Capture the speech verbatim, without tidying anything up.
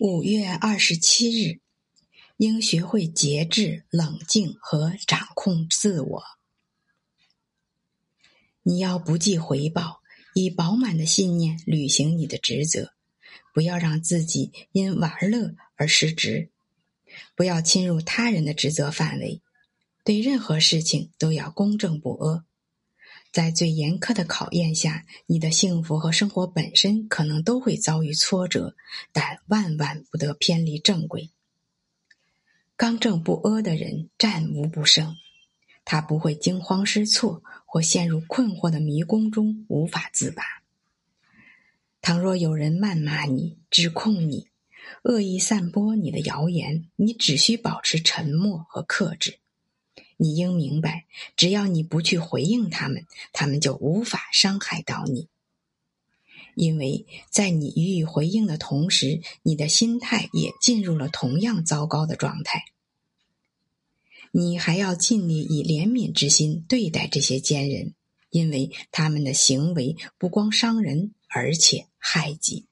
五月二十七日，应学会节制、冷静和掌控自我。你要不计回报，以饱满的信念履行你的职责，不要让自己因玩乐而失职，不要侵入他人的职责范围，对任何事情都要公正不阿。在最严苛的考验下，你的幸福和生活本身可能都会遭遇挫折，但万万不得偏离正轨。刚正不阿的人战无不胜，他不会惊慌失措或陷入困惑的迷宫中无法自拔。倘若有人谩骂你、指控你、恶意散播你的谣言，你只需保持沉默和克制。你应明白，只要你不去回应他们，他们就无法伤害到你。因为在你予以回应的同时，你的心态也进入了同样糟糕的状态。你还要尽力以怜悯之心对待这些奸人，因为他们的行为不光伤人，而且害己。